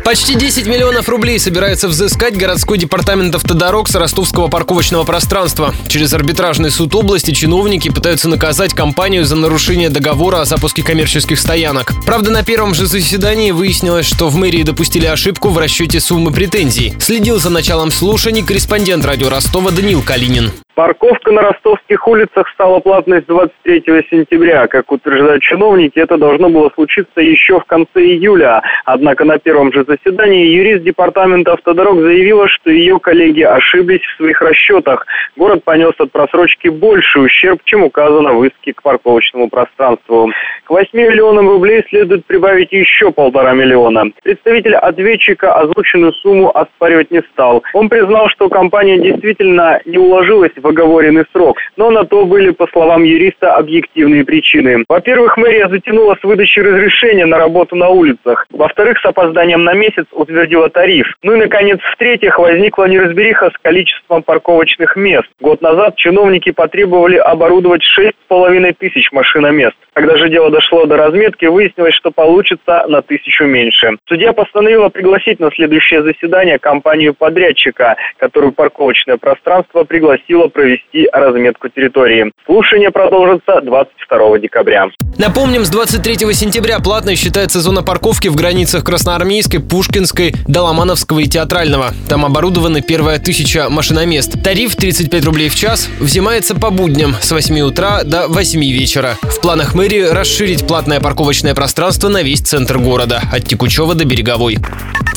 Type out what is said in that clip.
Почти 10 миллионов рублей собирается взыскать городской департамент автодорог с ростовского парковочного пространства. Через арбитражный суд области чиновники пытаются наказать компанию за нарушение договора о запуске коммерческих стоянок. Правда, на первом же заседании выяснилось, что в мэрии допустили ошибку в расчете суммы претензий. Следил за началом слушаний корреспондент радио Ростова Даниил Калинин. Парковка на ростовских улицах стала платной с 23 сентября. Как утверждают чиновники, это должно было случиться еще в конце июля. Однако на первом же заседании юрист департамента автодорог заявила, что ее коллеги ошиблись в своих расчетах. Город понес от просрочки больший ущерб, чем указано в иске к парковочному пространству. К 8 миллионам рублей следует прибавить еще 1,5 миллиона. Представитель ответчика озвученную сумму оспаривать не стал. Он признал, что компания действительно не уложилась в оговоренный срок, но на то были, по словам юриста, объективные причины. Во-первых, мэрия затянула с выдачей разрешения на работу на улицах. Во-вторых, с опозданием на месяц утвердила тариф. Ну и, наконец, в-третьих, возникла неразбериха с количеством парковочных мест. Год назад чиновники потребовали оборудовать 6,5 тысяч машиномест. Когда же дело дошло до разметки, выяснилось, что получится на 1000 меньше. Судья постановила пригласить на следующее заседание компанию-подрядчика, которую парковочное пространство пригласило провести разметку территории. Слушание продолжится 22 декабря. Напомним, с 23 сентября платной считается зона парковки в границах Красноармейской, Пушкинской, Доломановского и Театрального. Там оборудованы первые 1000 машиномест. Тариф 35 рублей в час взимается по будням с 8 утра до 8 вечера. В планах мэрии расширить платное парковочное пространство на весь центр города, от Текучева до Береговой.